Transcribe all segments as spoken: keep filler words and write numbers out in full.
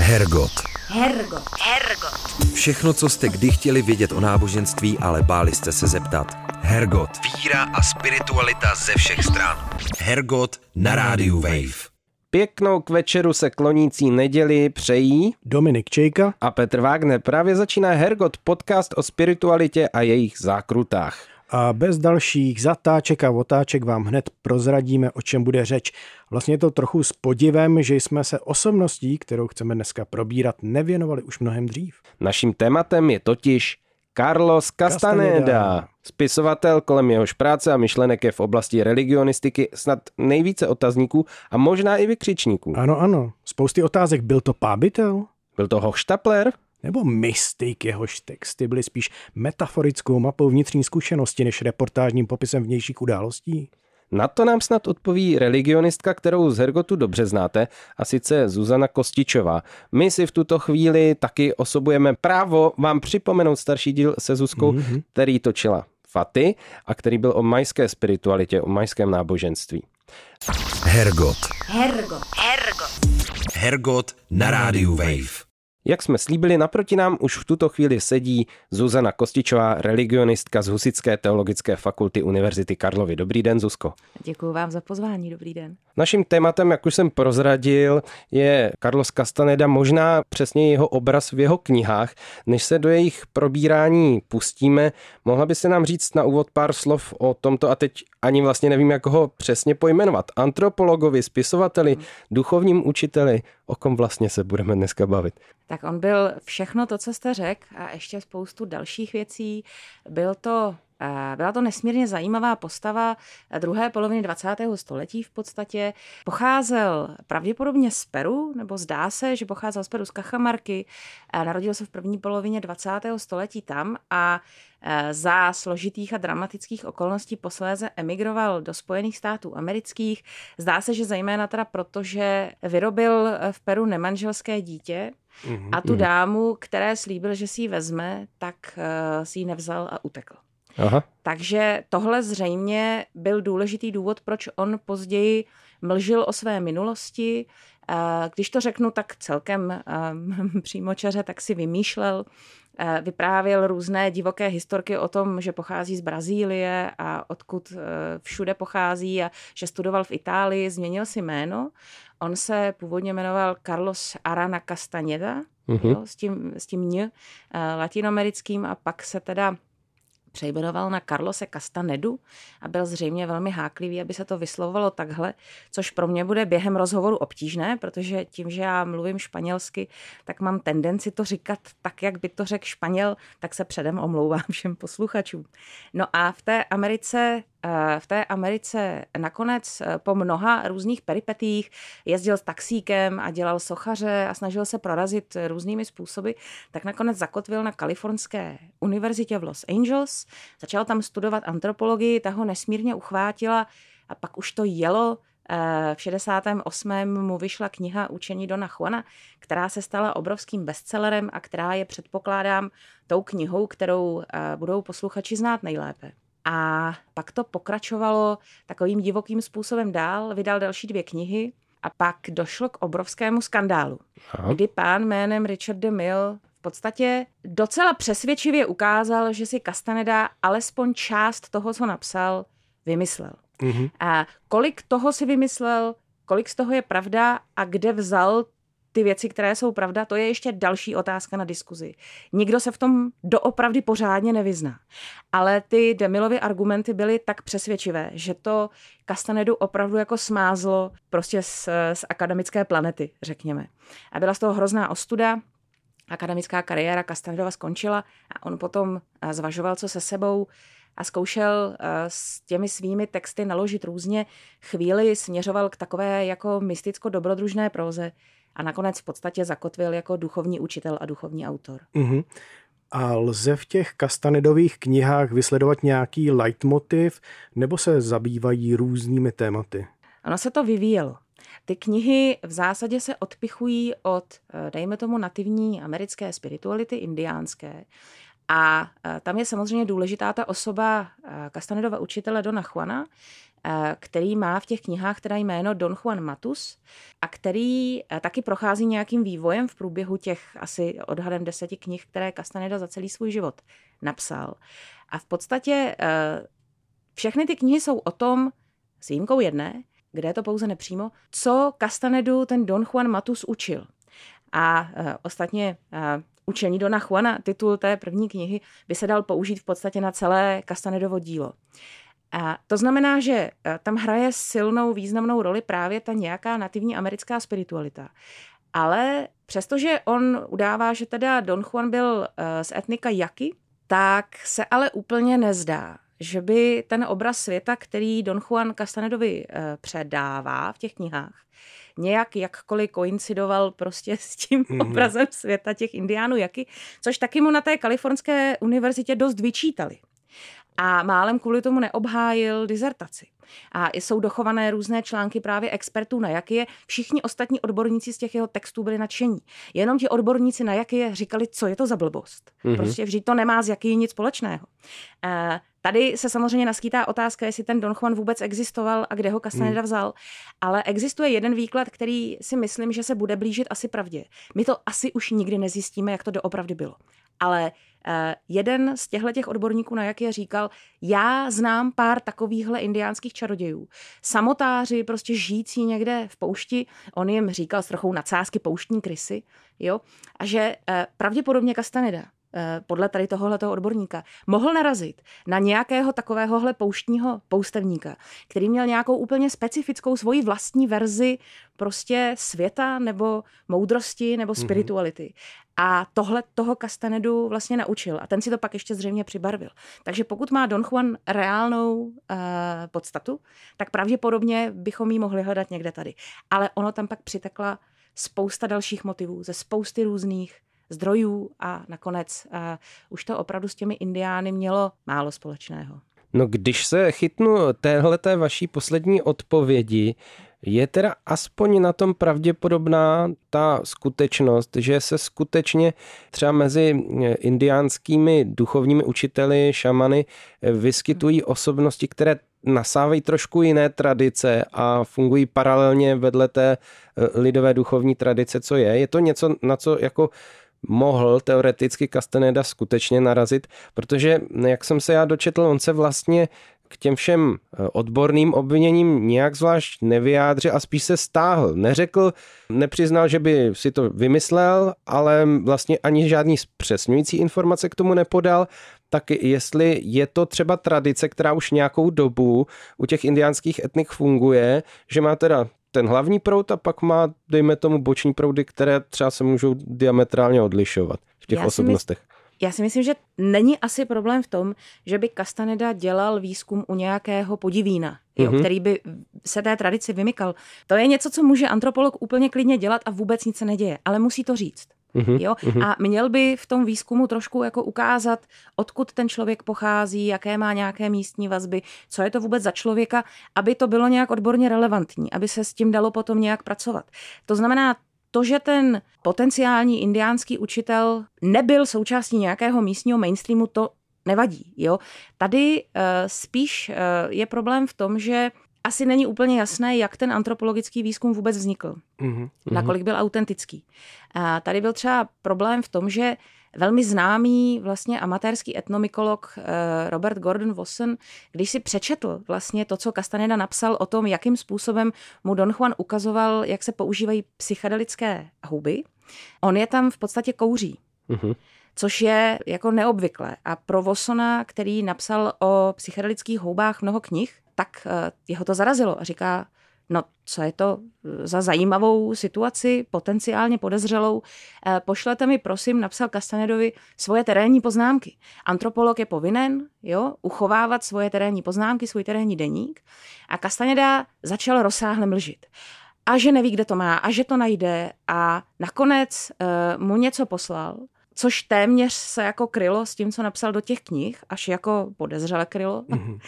Hergot. Hergot. Hergot. Všechno, co jste kdy chtěli vědět o náboženství, ale báli jste se zeptat. Hergot. Víra a spiritualita ze všech stran. Hergot na rádiu Wave. Pěknou k večeru se klonící neděli přejí Dominik Čejka a Petr Wagner. Právě začíná Hergot, podcast o spiritualitě a jejich zákrutách. A bez dalších zatáček a otáček vám hned prozradíme, o čem bude řeč. Vlastně je to trochu s podivem, že jsme se osobností, kterou chceme dneska probírat, nevěnovali už mnohem dřív. Naším tématem je totiž Carlos Castaneda, Castaneda, spisovatel, kolem jehož práce a myšlenek je v oblasti religionistiky snad nejvíce otazníků a možná i vykřičníků. Ano, ano. Spousty otázek. Byl to pábitel? Byl to hochštapler? Nebo mystik, jehož texty byly spíš metaforickou mapou vnitřní zkušenosti než reportážním popisem vnějších událostí? Na to nám snad odpoví religionistka, kterou z Hergotu dobře znáte, a sice Zuzana Kostičová. My si v tuto chvíli taky osobujeme právo vám připomenout starší díl se Zuzkou, mm-hmm. který točila Faty a který byl o majské spiritualitě, o majském náboženství. Hergot. Hergot. Hergot. Hergot na rádiu Wave. Jak jsme slíbili, naproti nám už v tuto chvíli sedí Zuzana Kostičová, religionistka z Husitské teologické fakulty Univerzity Karlovy. Dobrý den, Zuzko. Děkuji vám za pozvání, dobrý den. Naším tématem, jak už jsem prozradil, je Carlos Castaneda, možná přesně jeho obraz v jeho knihách. Než se do jejich probírání pustíme, mohla by se nám říct na úvod pár slov o tomto, a teď ani vlastně nevím, jak ho přesně pojmenovat. Antropologovi, spisovateli, hmm. duchovním učiteli, o kom vlastně se budeme dneska bavit. Tak on byl všechno to, co jste řekl, a ještě spoustu dalších věcí. Byl to, byla to nesmírně zajímavá postava druhé poloviny dvacátého století v podstatě. Pocházel pravděpodobně z Peru, nebo zdá se, že pocházel z Peru, z Cajamarky. Narodil se v první polovině dvacátého století tam a za složitých a dramatických okolností posléze emigroval do Spojených států amerických. Zdá se, že zejména teda proto, že vyrobil v Peru nemanželské dítě a tu dámu, které slíbil, že si ji vezme, tak si ji nevzal a utekl. Aha. Takže tohle zřejmě byl důležitý důvod, proč on později mlžil o své minulosti. Když to řeknu tak celkem přímočaře, tak si vymýšlel, vyprávěl různé divoké historky o tom, že pochází z Brazílie a odkud všude pochází a že studoval v Itálii, změnil si jméno. On se původně jmenoval Carlos Arana Castaneda, uh-huh. jo, s tím, s tím ň latinoamerickým, a pak se teda přejmenoval na Carlose Castanedu a byl zřejmě velmi háklivý, aby se to vyslovovalo takhle, což pro mě bude během rozhovoru obtížné, protože tím, že já mluvím španělsky, tak mám tendenci to říkat tak, jak by to řekl Španěl, tak se předem omlouvám všem posluchačům. No a v té Americe V té Americe nakonec po mnoha různých peripetích jezdil s taxíkem a dělal sochaře a snažil se prorazit různými způsoby, tak nakonec zakotvil na Kalifornské univerzitě v Los Angeles, začal tam studovat antropologii, ta ho nesmírně uchvátila a pak už to jelo. V šedesátém osmém mu vyšla kniha Učení Dona Juana, která se stala obrovským bestsellerem a která je, předpokládám, tou knihou, kterou budou posluchači znát nejlépe. A pak to pokračovalo takovým divokým způsobem dál, vydal další dvě knihy a pak došlo k obrovskému skandálu, Aha. kdy pán jménem Richard de Mille v podstatě docela přesvědčivě ukázal, že si Castaneda alespoň část toho, co napsal, vymyslel. Mhm. A kolik toho si vymyslel, kolik z toho je pravda a kde vzal ty věci, které jsou pravda, to je ještě další otázka na diskuzi. Nikdo se v tom doopravdy pořádně nevyzná. Ale ty de Millovy argumenty byly tak přesvědčivé, že to Castanedu opravdu jako smázlo prostě z, z akademické planety, řekněme. A byla z toho hrozná ostuda. Akademická kariéra Castanedova skončila a on potom zvažoval, co se sebou, a zkoušel s těmi svými texty naložit různě. Chvíli směřoval k takové jako mysticko-dobrodružné próze a nakonec v podstatě zakotvil jako duchovní učitel a duchovní autor. Uh-huh. A lze v těch Castanedových knihách vysledovat nějaký leitmotiv, nebo se zabývají různými tématy? Ono se to vyvíjelo. Ty knihy v zásadě se odpichují od, dejme tomu, nativní americké spirituality, indiánské. A tam je samozřejmě důležitá ta osoba Castanedova učitele Dona Juana, který má v těch knihách teda jméno Don Juan Matus a který taky prochází nějakým vývojem v průběhu těch asi odhadem deseti knih, které Castaneda za celý svůj život napsal. A v podstatě všechny ty knihy jsou o tom, s výjimkou jedné, kde je to pouze nepřímo, co Castanedu ten Don Juan Matus učil. A ostatně Učení Dona Juana, titul té první knihy, by se dal použít v podstatě na celé Castanedovo dílo. A to znamená, že tam hraje silnou významnou roli právě ta nějaká nativní americká spiritualita. Ale přestože on udává, že teda Don Juan byl z etnika Yaqui, tak se ale úplně nezdá, že by ten obraz světa, který Don Juan Castanedovi předává v těch knihách, nějak jakkoliv koincidoval prostě s tím mm-hmm. obrazem světa těch indiánů Yaqui, což taky mu na té kalifornské univerzitě dost vyčítali. A málem kvůli tomu neobhájil dizertaci. A jsou dochované různé články právě expertů na Yaqui. Všichni ostatní odborníci z těch jeho textů byli nadšení. Jenom ti odborníci na Yaqui říkali, co je to za blbost. Mm-hmm. Prostě vždyť to nemá s Yaqui nic společného. E, tady se samozřejmě naskýtá otázka, jestli ten Don Juan vůbec existoval a kde ho Castaneda vzal. Ale existuje jeden výklad, který si myslím, že se bude blížit asi pravdě. My to asi už nikdy nezjistíme, jak to doopravdy bylo. Ale Uh, jeden z těchto odborníků na Yaqui říkal, já znám pár takovýchhle indiánských čarodějů. Samotáři, prostě žijící někde v poušti, on jim říkal s trochou nadsázky pouštní krysy, jo, a že uh, pravděpodobně Castaneda, uh, podle tady tohohletoho odborníka, mohl narazit na nějakého takovéhohle pouštního poustevníka, který měl nějakou úplně specifickou svoji vlastní verzi prostě světa nebo moudrosti nebo spirituality. Mm-hmm. A tohle toho Castanedu vlastně naučil. A ten si to pak ještě zřejmě přibarvil. Takže pokud má Don Juan reálnou uh, podstatu, tak pravděpodobně bychom ji mohli hledat někde tady. Ale ono tam pak přitekla spousta dalších motivů ze spousty různých zdrojů a nakonec uh, už to opravdu s těmi indiány mělo málo společného. No když se chytnu téhleté vaší poslední odpovědi, je teda aspoň na tom pravděpodobná ta skutečnost, že se skutečně třeba mezi indiánskými duchovními učiteli, šamany vyskytují osobnosti, které nasávají trošku jiné tradice a fungují paralelně vedle té lidové duchovní tradice, co je. Je to něco, na co jako mohl teoreticky Castaneda skutečně narazit, protože, jak jsem se já dočetl, on se vlastně k těm všem odborným obviněním nějak zvlášť nevyjádřil a spíš se stáhl. Neřekl, nepřiznal, že by si to vymyslel, ale vlastně ani žádný zpřesňující informace k tomu nepodal. Tak jestli je to třeba tradice, která už nějakou dobu u těch indiánských etnik funguje, že má teda ten hlavní proud a pak má, dejme tomu, boční proudy, které třeba se můžou diametrálně odlišovat v těch Já osobnostech. Já si myslím, že není asi problém v tom, že by Castaneda dělal výzkum u nějakého podivína, jo, mm-hmm. který by se té tradici vymykal. To je něco, co může antropolog úplně klidně dělat a vůbec nic se neděje, ale musí to říct. Mm-hmm. Jo? A měl by v tom výzkumu trošku jako ukázat, odkud ten člověk pochází, jaké má nějaké místní vazby, co je to vůbec za člověka, aby to bylo nějak odborně relevantní, aby se s tím dalo potom nějak pracovat. To znamená, to, že ten potenciální indiánský učitel nebyl součástí nějakého místního mainstreamu, to nevadí. Jo? Tady uh, spíš uh, je problém v tom, že asi není úplně jasné, jak ten antropologický výzkum vůbec vznikl. Mm-hmm. Nakolik byl autentický. A tady byl třeba problém v tom, že velmi známý vlastně amatérský etnomykolog Robert Gordon Wasson, když si přečetl vlastně to, co Castaneda napsal o tom, jakým způsobem mu Don Juan ukazoval, jak se používají psychedelické houby, on je tam v podstatě kouří. Mm-hmm. Což je jako neobvyklé. A pro Wassona, který napsal o psychedelických houbách mnoho knih, tak jeho to zarazilo a říká, no co je to za zajímavou situaci, potenciálně podezřelou, pošlete mi prosím, napsal Castanedovi, svoje terénní poznámky. Antropolog je povinen, jo, uchovávat svoje terénní poznámky, svůj terénní deník a Castaneda začal rozsáhle mlžit. A že neví, kde to má, a že to najde a nakonec uh, mu něco poslal, což téměř se jako krylo s tím, co napsal do těch knih, až jako podezřele krylo. Mm-hmm.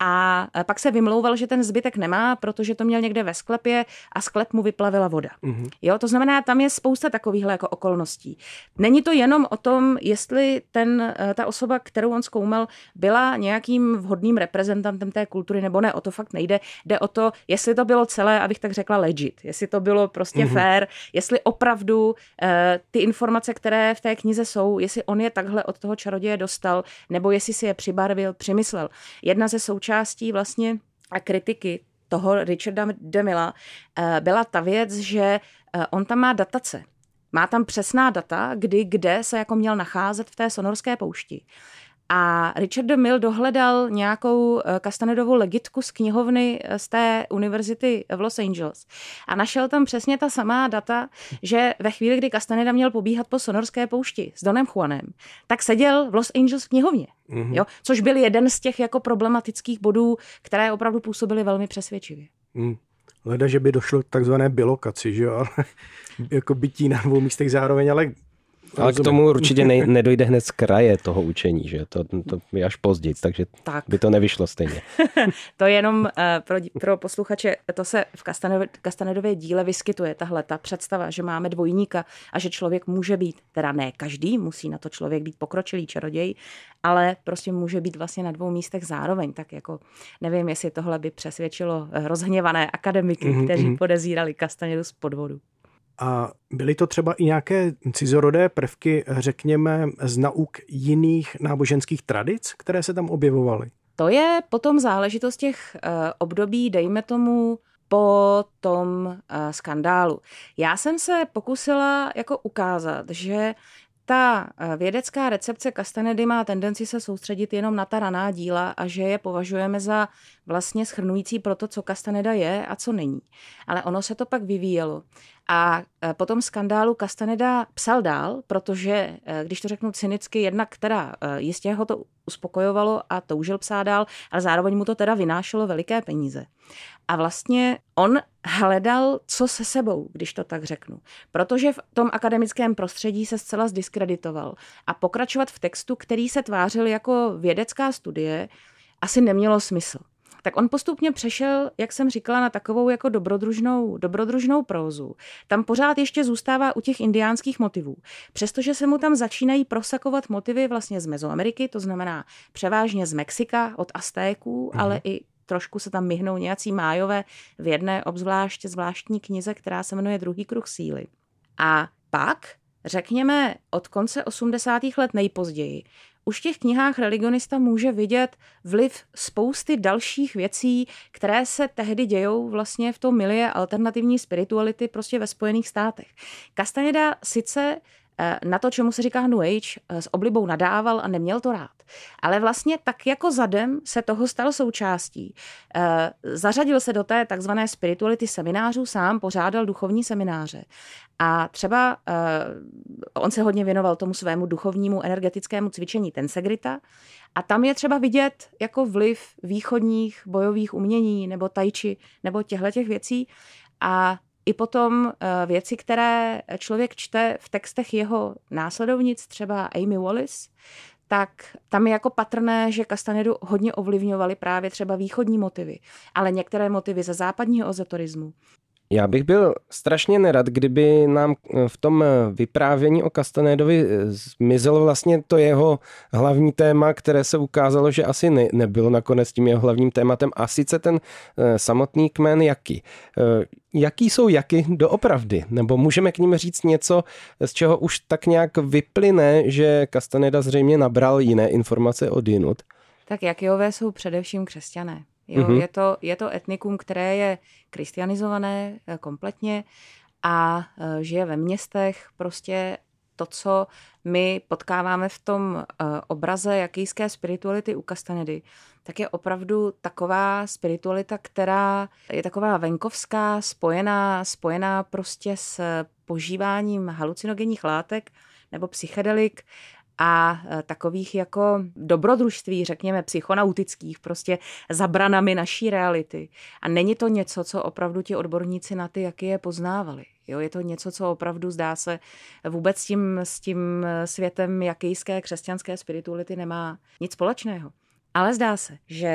a pak se vymlouval, že ten zbytek nemá, protože to měl někde ve sklepě a sklep mu vyplavila voda. Mm-hmm. Jo, to znamená, tam je spousta takovýchhle jako okolností. Není to jenom o tom, jestli ten, ta osoba, kterou on zkoumal, byla nějakým vhodným reprezentantem té kultury nebo ne, o to fakt nejde. Jde o to, jestli to bylo celé, abych tak řekla legit, jestli to bylo prostě mm-hmm. fair, jestli opravdu uh, ty informace, které v té knize jsou, jestli on je takhle od toho čaroděje dostal, nebo jestli si je přibarvil, přimyslel. Jedna ze součástí vlastně a kritiky toho Richarda de Milla uh, byla ta věc, že uh, on tam má datace. Má tam přesná data, kdy, kde se jako měl nacházet v té sonorské poušti. A Richard de Mille dohledal nějakou Castanedovou legitku z knihovny z té univerzity v Los Angeles. A našel tam přesně ta samá data, že ve chvíli, kdy Castaneda měl pobíhat po sonorské poušti s Donem Juanem, tak seděl v Los Angeles v knihovně. Mm-hmm. Jo? Což byl jeden z těch jako problematických bodů, které opravdu působily velmi přesvědčivě. Mm. Leda, že by došlo k takzvané bilokaci, že jo, ale jako bytí na dvou místech zároveň, ale... Ale k tomu určitě ne, nedojde hned z kraje toho učení, že to, to je až později, takže tak. by to nevyšlo stejně. To je jenom uh, pro, pro posluchače, to se v Castanedově, Castanedově díle vyskytuje, tahle ta představa, že máme dvojníka a že člověk může být, teda ne každý, musí na to člověk být pokročilý čaroděj, ale prostě může být vlastně na dvou místech zároveň, tak jako nevím, jestli tohle by přesvědčilo rozhněvané akademiky, mm-hmm. kteří podezírali Castanedu z podvodu. A byly to třeba i nějaké cizorodé prvky, řekněme, z nauk jiných náboženských tradic, které se tam objevovaly? To je potom záležitost těch uh, období, dejme tomu, po tom uh, skandálu. Já jsem se pokusila jako ukázat, že ta vědecká recepce Castanedy má tendenci se soustředit jenom na ta raná díla a že je považujeme za vlastně shrnující pro to, co Castaneda je a co není. Ale ono se to pak vyvíjelo. A po tom skandálu Castaneda psal dál, protože, když to řeknu cynicky, jednak teda jistě ho to uspokojovalo a toužil psát dál, ale zároveň mu to teda vynášelo veliké peníze. A vlastně on hledal, co se sebou, když to tak řeknu. Protože v tom akademickém prostředí se zcela zdiskreditoval. A pokračovat v textu, který se tvářil jako vědecká studie, asi nemělo smysl. Tak on postupně přešel, jak jsem říkala, na takovou jako dobrodružnou, dobrodružnou prózu. Tam pořád ještě zůstává u těch indiánských motivů. Přestože se mu tam začínají prosakovat motivy vlastně z Mezoameriky, to znamená převážně z Mexika, od Aztéků, mhm. ale i trošku se tam myhnou nějací májové v jedné obzvlášť zvláštní knize, která se jmenuje Druhý kruh síly. A pak, řekněme, od konce osmdesátých let nejpozději, už v těch knihách religionista může vidět vliv spousty dalších věcí, které se tehdy dějou vlastně v tom milie alternativní spirituality prostě ve Spojených státech. Castaneda sice na to, čemu se říká New Age, s oblibou nadával a neměl to rád. Ale vlastně tak jako zadem se toho stal součástí. Zařadil se do té takzvané spirituality seminářů, sám pořádal duchovní semináře. A třeba on se hodně věnoval tomu svému duchovnímu energetickému cvičení tensegrita a tam je třeba vidět jako vliv východních bojových umění nebo tai chi nebo těchto věcí a i potom věci, které člověk čte v textech jeho následovnic, třeba Amy Wallace, tak tam je jako patrné, že Castanedu hodně ovlivňovaly právě třeba východní motivy, ale některé motivy ze západního ezoterismu. Já bych byl strašně nerad, kdyby nám v tom vyprávění o Castanedovi zmizelo vlastně to jeho hlavní téma, které se ukázalo, že asi ne, nebylo nakonec tím jeho hlavním tématem, a sice ten samotný kmen Yaqui. Jaký jsou Yaqui doopravdy? Nebo můžeme k nim říct něco, z čeho už tak nějak vyplyne, že Castaneda zřejmě nabral jiné informace odjinud? Tak Yaquiové jsou především křesťané. Jo, mm-hmm. je, to, je to etnikum, které je kristianizované kompletně a žije ve městech. Prostě to, co my potkáváme v tom obraze jakýské spirituality u Castanedy, tak je opravdu taková spiritualita, která je taková venkovská, spojená, spojená prostě s požíváním halucinogenních látek nebo psychedelik a takových jako dobrodružství, řekněme, psychonautických, prostě za branami naší reality. A není to něco, co opravdu ti odborníci na ty, jak je poznávali. Jo, je to něco, co opravdu zdá se vůbec s tím, s tím světem jakýské křesťanské spirituality nemá nic společného. Ale zdá se, že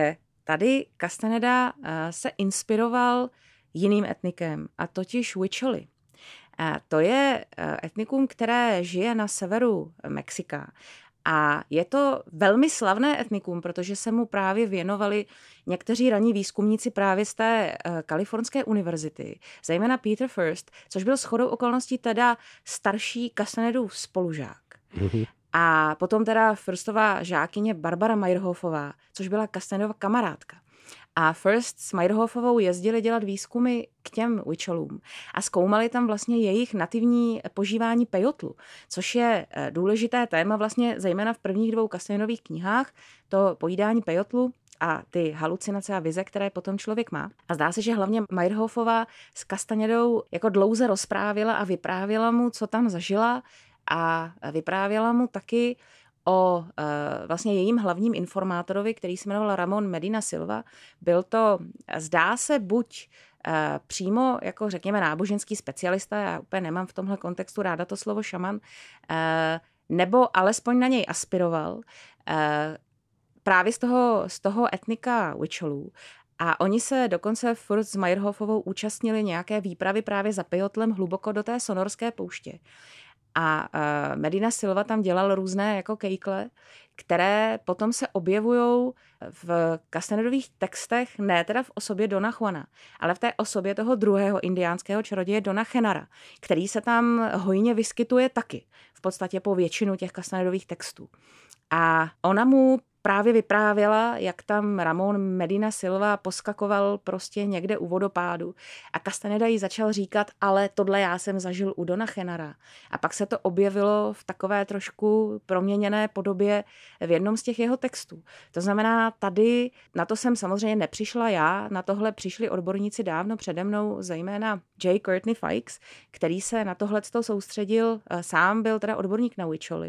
tady Castaneda se inspiroval jiným etnikem, a totiž Huicholi. To je etnikum, které žije na severu Mexika. A je to velmi slavné etnikum, protože se mu právě věnovali někteří raní výzkumníci právě z té Kalifornské univerzity, zejména Peter First, což byl shodou okolností teda starší Castanedův spolužák. Mm-hmm. A potom teda Firstová žákyně Barbara Meyerhofová, což byla Castanedova kamarádka. A First s Meyerhofovou jezdili dělat výzkumy k těm Huicholům a zkoumali tam vlastně jejich nativní požívání pejotlu, což je důležité téma vlastně zejména v prvních dvou Castanedových knihách, to pojídání pejotlu a ty halucinace a vize, které potom člověk má. A zdá se, že hlavně Meyerhofová s Castanedou jako dlouze rozprávila a vyprávěla mu, co tam zažila, a vyprávěla mu taky o uh, vlastně jejím hlavním informátorovi, který se jmenoval Ramon Medina Silva. Byl to, zdá se, buď uh, přímo, jako řekněme, náboženský specialista, já úplně nemám v tomhle kontextu ráda to slovo šaman, uh, nebo alespoň na něj aspiroval, uh, právě z toho, z toho etnika Huicholů. A oni se dokonce furt s Meyerhofovou účastnili nějaké výpravy právě za pejotlem hluboko do té Sonorské pouště. A uh, Medina Silva tam dělal různé jako kejkle, které potom se objevují v Castanedových textech, ne teda v osobě Dona Juana, ale v té osobě toho druhého indiánského čaroděje Dona Chenara, který se tam hojně vyskytuje taky, v podstatě po většinu těch Castanedových textů. A ona mu právě vyprávěla, jak tam Ramon Medina Silva poskakoval prostě někde u vodopádu a Castaneda jí začal říkat, ale tohle já jsem zažil u Dona Chenara. A pak se to objevilo v takové trošku proměněné podobě v jednom z těch jeho textů. To znamená, tady na to jsem samozřejmě nepřišla já, na tohle přišli odborníci dávno přede mnou, zejména J. Courtney Fikes, který se na tohleto soustředil, sám byl teda odborník na Huicholi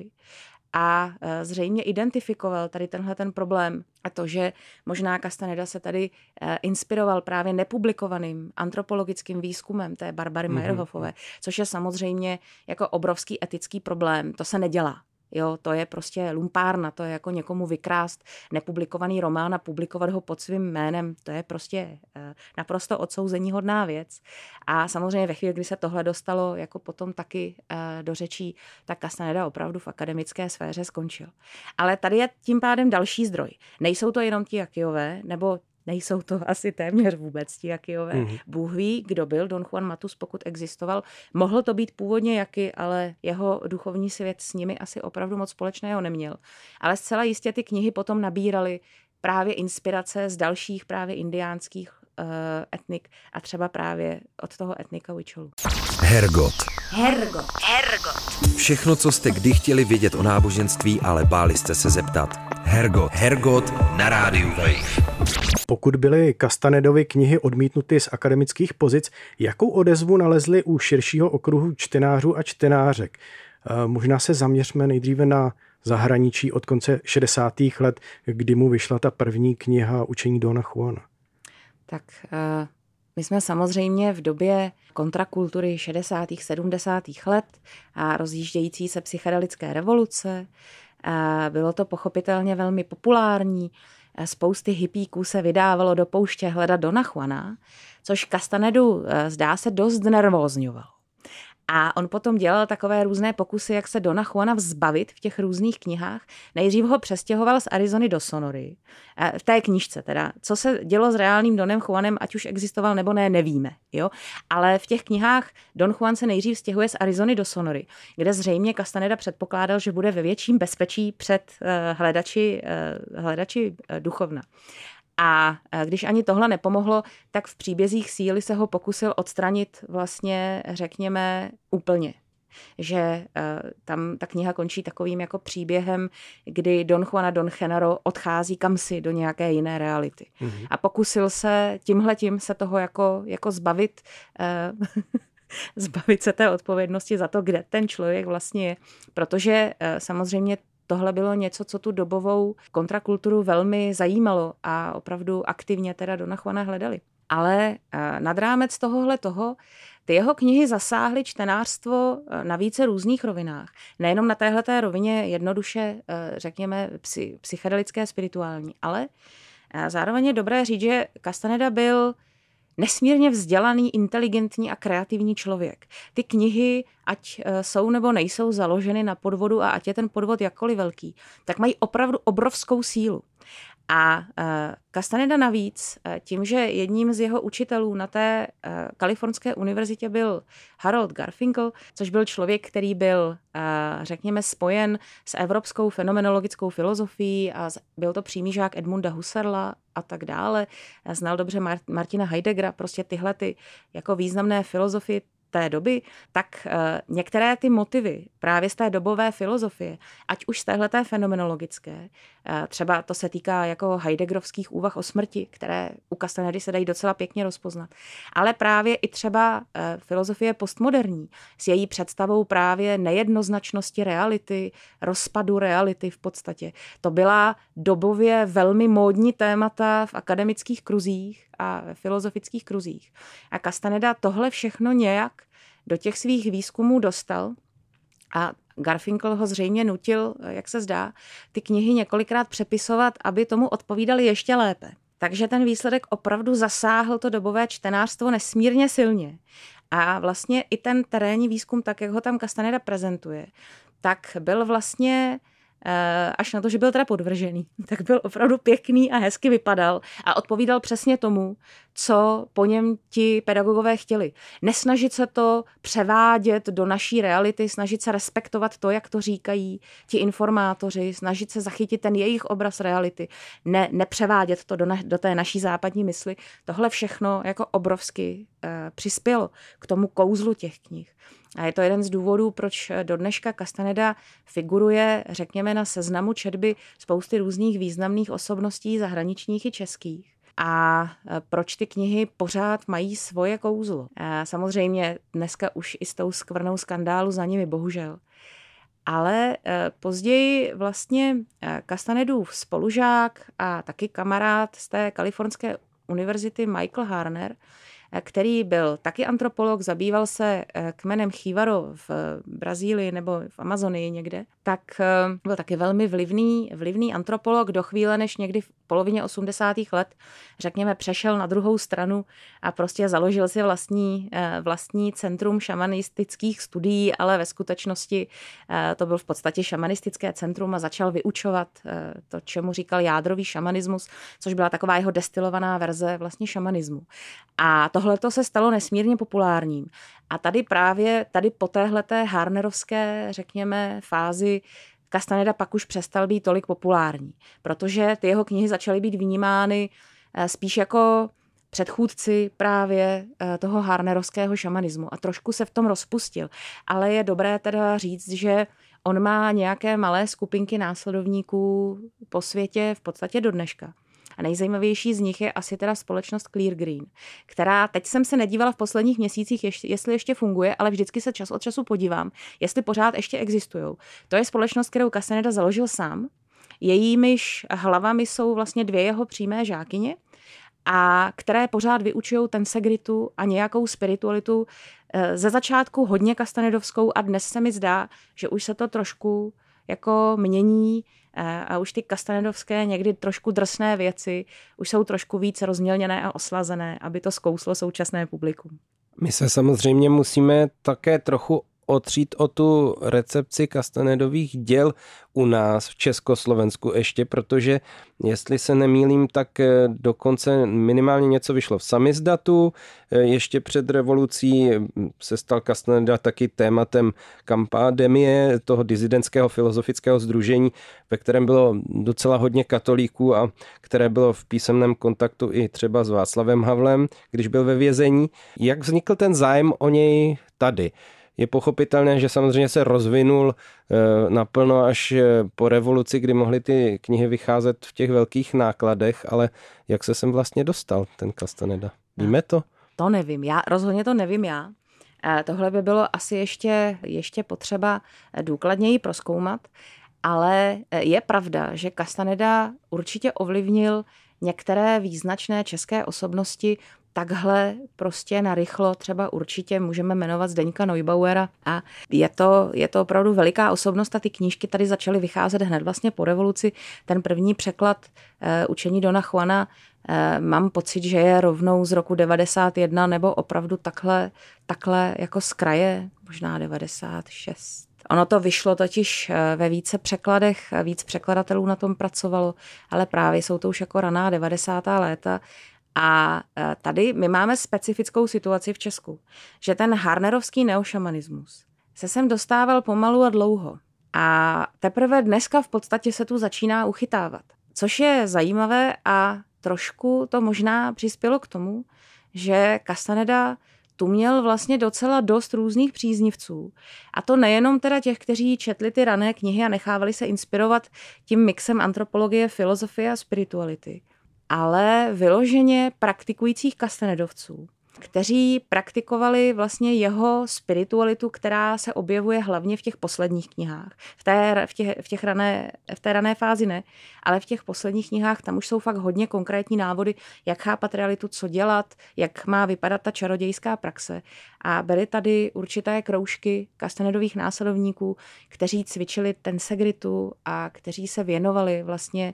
a zřejmě identifikoval tady tenhle ten problém a to, že možná Castaneda se tady inspiroval právě nepublikovaným antropologickým výzkumem té Barbary mm-hmm. Meyerhofové, což je samozřejmě jako obrovský etický problém. To se nedělá. Jo, to je prostě lumpárna, to je jako někomu vykrást nepublikovaný román a publikovat ho pod svým jménem, to je prostě eh, naprosto odsouzeníhodná věc. A samozřejmě ve chvíli, kdy se tohle dostalo jako potom taky eh, do řečí, tak Castaneda opravdu v akademické sféře skončil. Ale tady je tím pádem další zdroj. Nejsou to jenom ti Jaquiové, nebo nejsou to asi téměř vůbec ti Jaquiové. Mm-hmm. Bůh ví, kdo byl Don Juan Matus, pokud existoval. Mohl to být původně Jaqui, ale jeho duchovní svět s nimi asi opravdu moc společného neměl. Ale zcela jistě ty knihy potom nabíraly právě inspirace z dalších právě indiánských uh, etnik a třeba právě od toho etnika Huicholů. Hergot. Hergot. Hergot. Všechno, co jste kdy chtěli vědět o náboženství, ale báli jste se zeptat. Hergot. Hergot na rádiu Wave. Pokud byly Castanedovy knihy odmítnuty z akademických pozic, jakou odezvu nalezly u širšího okruhu čtenářů a čtenářek? Možná se zaměřme nejdříve na zahraničí od konce šedesátých let, kdy mu vyšla ta první kniha Učení Dona Juana. Tak uh, my jsme samozřejmě v době kontrakultury šedesátých sedmdesátých let a rozjíždějící se psychedelické revoluce. Uh, bylo to pochopitelně velmi populární. Spousty hippíků se vydávalo do pouště hledat Dona Juana, což Castanedu zdá se dost nervózňovalo. A on potom dělal takové různé pokusy, jak se Dona Juana vzbavit v těch různých knihách. Nejdřív ho přestěhoval z Arizony do Sonory. V té knížce teda. Co se dělo s reálným Donem Juanem, ať už existoval nebo ne, nevíme. Jo? Ale v těch knihách Don Juan se nejdřív stěhuje z Arizony do Sonory, kde zřejmě Castaneda předpokládal, že bude ve větším bezpečí před hledači, hledači duchovna. A když ani tohle nepomohlo, tak v příbězích síly se ho pokusil odstranit vlastně, řekněme, úplně. Že uh, tam ta kniha končí takovým jako příběhem, kdy Don Juan a Don Genaro odchází kamsi do nějaké jiné reality. Mm-hmm. A pokusil se tímhletím se toho jako, jako zbavit, uh, zbavit se té odpovědnosti za to, kde ten člověk vlastně je. Protože uh, samozřejmě tohle bylo něco, co tu dobovou kontrakulturu velmi zajímalo a opravdu aktivně teda Dona Juana hledali. Ale nad rámec tohohle toho, ty jeho knihy zasáhly čtenářstvo na více různých rovinách. Nejenom na téhleté rovině jednoduše, řekněme, psychedelické, spirituální, ale A zároveň je dobré říct, že Castaneda byl nesmírně vzdělaný, inteligentní a kreativní člověk. Ty knihy, ať jsou nebo nejsou založeny na podvodu a ať je ten podvod jakkoliv velký, tak mají opravdu obrovskou sílu. A Castaneda navíc, tím, že jedním z jeho učitelů na té kalifornské univerzitě byl Harold Garfinkel, což byl člověk, který byl, řekněme, spojen s evropskou fenomenologickou filozofií a byl to přímížák Edmunda Husserla a tak dále. Znal dobře Martina Heideggera, prostě tyhle ty jako významné filozofie té doby, tak uh, některé ty motivy právě z té dobové filozofie, ať už z téhleté fenomenologické, uh, třeba to se týká jako Heideggerovských úvah o smrti, které u Castanedy se dají docela pěkně rozpoznat, ale právě i třeba uh, filozofie postmoderní s její představou právě nejednoznačnosti reality, rozpadu reality v podstatě. To byla dobově velmi módní témata v akademických kruzích a filozofických kruzích. A Castaneda tohle všechno nějak do těch svých výzkumů dostal a Garfinkel ho zřejmě nutil, jak se zdá, ty knihy několikrát přepisovat, aby tomu odpovídali ještě lépe. Takže ten výsledek opravdu zasáhl to dobové čtenářstvo nesmírně silně. A vlastně i ten terénní výzkum, tak jak ho tam Castaneda prezentuje, tak byl vlastně až na to, že byl teda podvržený, tak byl opravdu pěkný a hezky vypadal a odpovídal přesně tomu, co po něm ti pedagogové chtěli. Nesnažit se to převádět do naší reality, snažit se respektovat to, jak to říkají ti informátoři, snažit se zachytit ten jejich obraz reality, ne, nepřevádět to do, na, do té naší západní mysli. Tohle všechno jako obrovsky eh, přispělo k tomu kouzlu těch knih. A je to jeden z důvodů, proč do dneška Castaneda figuruje, řekněme, na seznamu četby spousty různých významných osobností zahraničních i českých. A proč ty knihy pořád mají svoje kouzlo. A samozřejmě dneska už i s tou skvrnou skandálu za nimi, bohužel. Ale později vlastně Castanedův spolužák a taky kamarád z té kalifornské univerzity Michael Harner, který byl taky antropolog, zabýval se kmenem Chivaro v Brazílii nebo v Amazonii někde, tak byl taky velmi vlivný, vlivný antropolog do chvíle, než někdy v polovině osmdesátých let, řekněme, přešel na druhou stranu a prostě založil si vlastní, vlastní centrum šamanistických studií, ale ve skutečnosti to byl v podstatě šamanistické centrum a začal vyučovat to, čemu říkal jádrový šamanismus, což byla taková jeho destilovaná verze vlastně šamanismu. A tohleto se stalo nesmírně populárním. A tady právě, tady po téhleté Harnerovské, řekněme, fázi Castaneda pak už přestal být tolik populární, protože ty jeho knihy začaly být vnímány spíš jako předchůdci právě toho Harnerovského šamanismu a trošku se v tom rozpustil. Ale je dobré teda říct, že on má nějaké malé skupinky následovníků po světě v podstatě do dneška. A nejzajímavější z nich je asi teda společnost Clear Green, která, teď jsem se nedívala v posledních měsících, ještě, jestli ještě funguje, ale vždycky se čas od času podívám, jestli pořád ještě existujou. To je společnost, kterou Castaneda založil sám. Jejímiž hlavami jsou vlastně dvě jeho přímé žákyně, a které pořád vyučují tensegritu a nějakou spiritualitu ze začátku hodně castanedovskou a dnes se mi zdá, že už se to trošku jako mění a už ty castanedovské někdy trošku drsné věci už jsou trošku víc rozmělněné a oslazené, aby to zkouslo současné publikum. My se samozřejmě musíme také trochu otřít o tu recepci Castanedových děl u nás v Československu ještě, protože jestli se nemýlím, tak dokonce minimálně něco vyšlo v samizdatu. Ještě před revolucí se stal Castaneda taky tématem Kampademie, toho disidentského filozofického sdružení, ve kterém bylo docela hodně katolíků a které bylo v písemném kontaktu i třeba s Václavem Havlem, když byl ve vězení. Jak vznikl ten zájem o něj tady? Je pochopitelné, že samozřejmě se rozvinul naplno až po revoluci, kdy mohly ty knihy vycházet v těch velkých nákladech, ale jak se sem vlastně dostal ten Castaneda? Víme to? To nevím, já rozhodně to nevím já. Tohle by bylo asi ještě, ještě potřeba důkladněji prozkoumat, ale je pravda, že Castaneda určitě ovlivnil některé význačné české osobnosti takhle prostě narychlo třeba určitě můžeme jmenovat Zdeňka Neubauera a je to, je to opravdu veliká osobnost a ty knížky tady začaly vycházet hned vlastně po revoluci. Ten první překlad uh, Učení Dona Juana uh, mám pocit, že je rovnou z roku devadesát jedna nebo opravdu takhle, takhle jako z kraje, možná devadesát šest. Ono to vyšlo totiž ve více překladech, víc překladatelů na tom pracovalo, ale právě jsou to už jako raná devadesátá léta. A tady my máme specifickou situaci v Česku, že ten harnerovský neošamanismus se sem dostával pomalu a dlouho. A teprve dneska v podstatě se tu začíná uchytávat. Což je zajímavé a trošku to možná přispělo k tomu, že Castaneda tu měl vlastně docela dost různých příznivců. A to nejenom teda těch, kteří četli ty rané knihy a nechávali se inspirovat tím mixem antropologie, filozofie a spirituality, ale vyloženě praktikujících Castanedovců, kteří praktikovali vlastně jeho spiritualitu, která se objevuje hlavně v těch posledních knihách. V té, v těch, v těch rané, v té rané fázi ne, ale v těch posledních knihách tam už jsou fakt hodně konkrétní návody, jak chápat realitu, co dělat, jak má vypadat ta čarodějská praxe. A byly tady určité kroužky Castanedových následovníků, kteří cvičili tensegritu a kteří se věnovali vlastně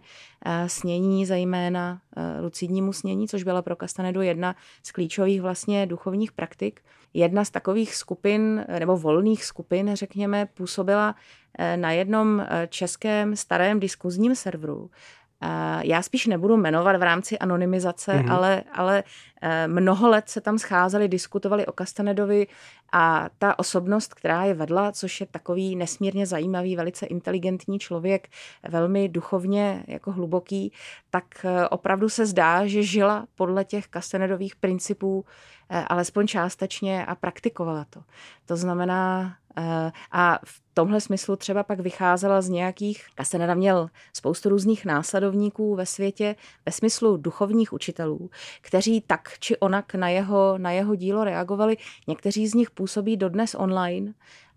snění, zejména lucidnímu snění, což byla pro Castanedu jedna z klíčových vlastně duchovních praktik. Jedna z takových skupin, nebo volných skupin, řekněme, působila na jednom českém starém diskuzním serveru. Já spíš nebudu jmenovat v rámci anonymizace, mm-hmm. ale, ale mnoho let se tam scházeli, diskutovali o Castanedovi a ta osobnost, která je vedla, což je takový nesmírně zajímavý, velice inteligentní člověk, velmi duchovně jako hluboký, tak opravdu se zdá, že žila podle těch Castanedových principů alespoň částečně a praktikovala to. To znamená, a v tomhle smyslu třeba pak vycházela z nějakých, Castaneda měl spoustu různých následovníků ve světě ve smyslu duchovních učitelů, kteří tak či onak na jeho, na jeho dílo reagovali. Někteří z nich působí dodnes online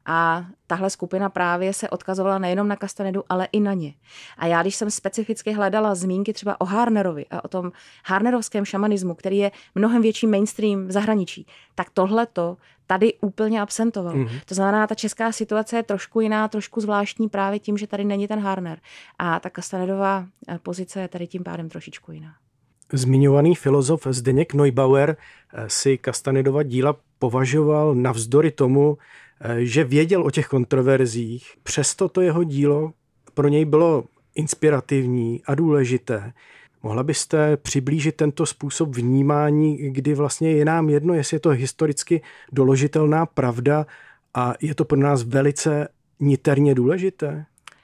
a tahle skupina právě se odkazovala nejenom na Castanedu, ale i na ně. A já, když jsem specificky hledala zmínky třeba o Harnerovi a o tom harnerovském šamanismu, který je mnohem větší mainstream v zahraničí, tak tohleto tady úplně absentovalo. Mm-hmm. To znamená, ta česká situace je trošku jiná, trošku zvláštní právě tím, že tady není ten Harner. A ta Castanedová pozice je tady tím pádem trošičku jiná. Zmiňovaný filozof Zdeněk Neubauer si Castanedova díla považoval navzdory tomu, že věděl o těch kontroverzích. Přesto to jeho dílo pro něj bylo inspirativní a důležité. Mohla byste přiblížit tento způsob vnímání, kdy vlastně je nám jedno, jestli je to historicky doložitelná pravda a je to pro nás velice niterně důležité?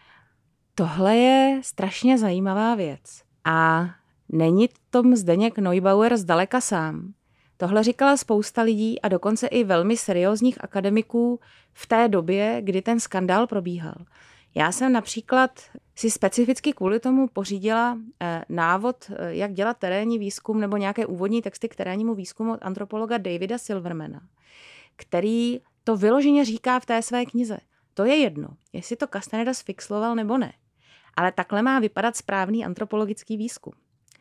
Tohle je strašně zajímavá věc. A není tom Zdeněk Neubauer zdaleka sám. Tohle říkala spousta lidí a dokonce i velmi seriózních akademiků v té době, kdy ten skandál probíhal. Já jsem například si specificky kvůli tomu pořídila návod, jak dělat terénní výzkum nebo nějaké úvodní texty k terénnímu výzkumu od antropologa Davida Silvermana, který to vyloženě říká v té své knize. To je jedno, jestli to Castaneda sfixloval nebo ne, ale takhle má vypadat správný antropologický výzkum.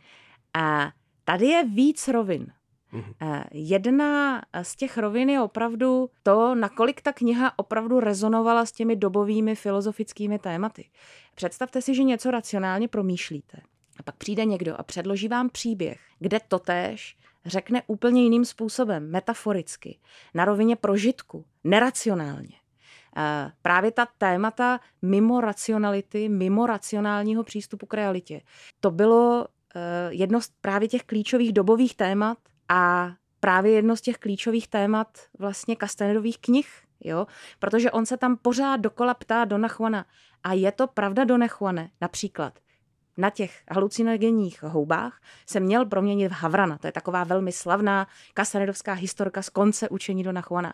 A tady je víc rovin. Mm-hmm. Jedna z těch rovin je opravdu to, nakolik ta kniha opravdu rezonovala s těmi dobovými filozofickými tématy. Představte si, že něco racionálně promýšlíte a pak přijde někdo a předloží vám příběh, kde totéž řekne úplně jiným způsobem, metaforicky, na rovině prožitku, neracionálně. Právě ta témata mimo racionality, mimo racionálního přístupu k realitě. To bylo jedno z právě těch klíčových dobových témat a právě jedno z těch klíčových témat vlastně Castanedových knih, jo? Protože on se tam pořád dokola ptá Dona Juana. A je to pravda, Done Juane, například na těch halucinogenních houbách se měl proměnit v havrana. To je taková velmi slavná Castanedovská historka z konce učení Dona Juana.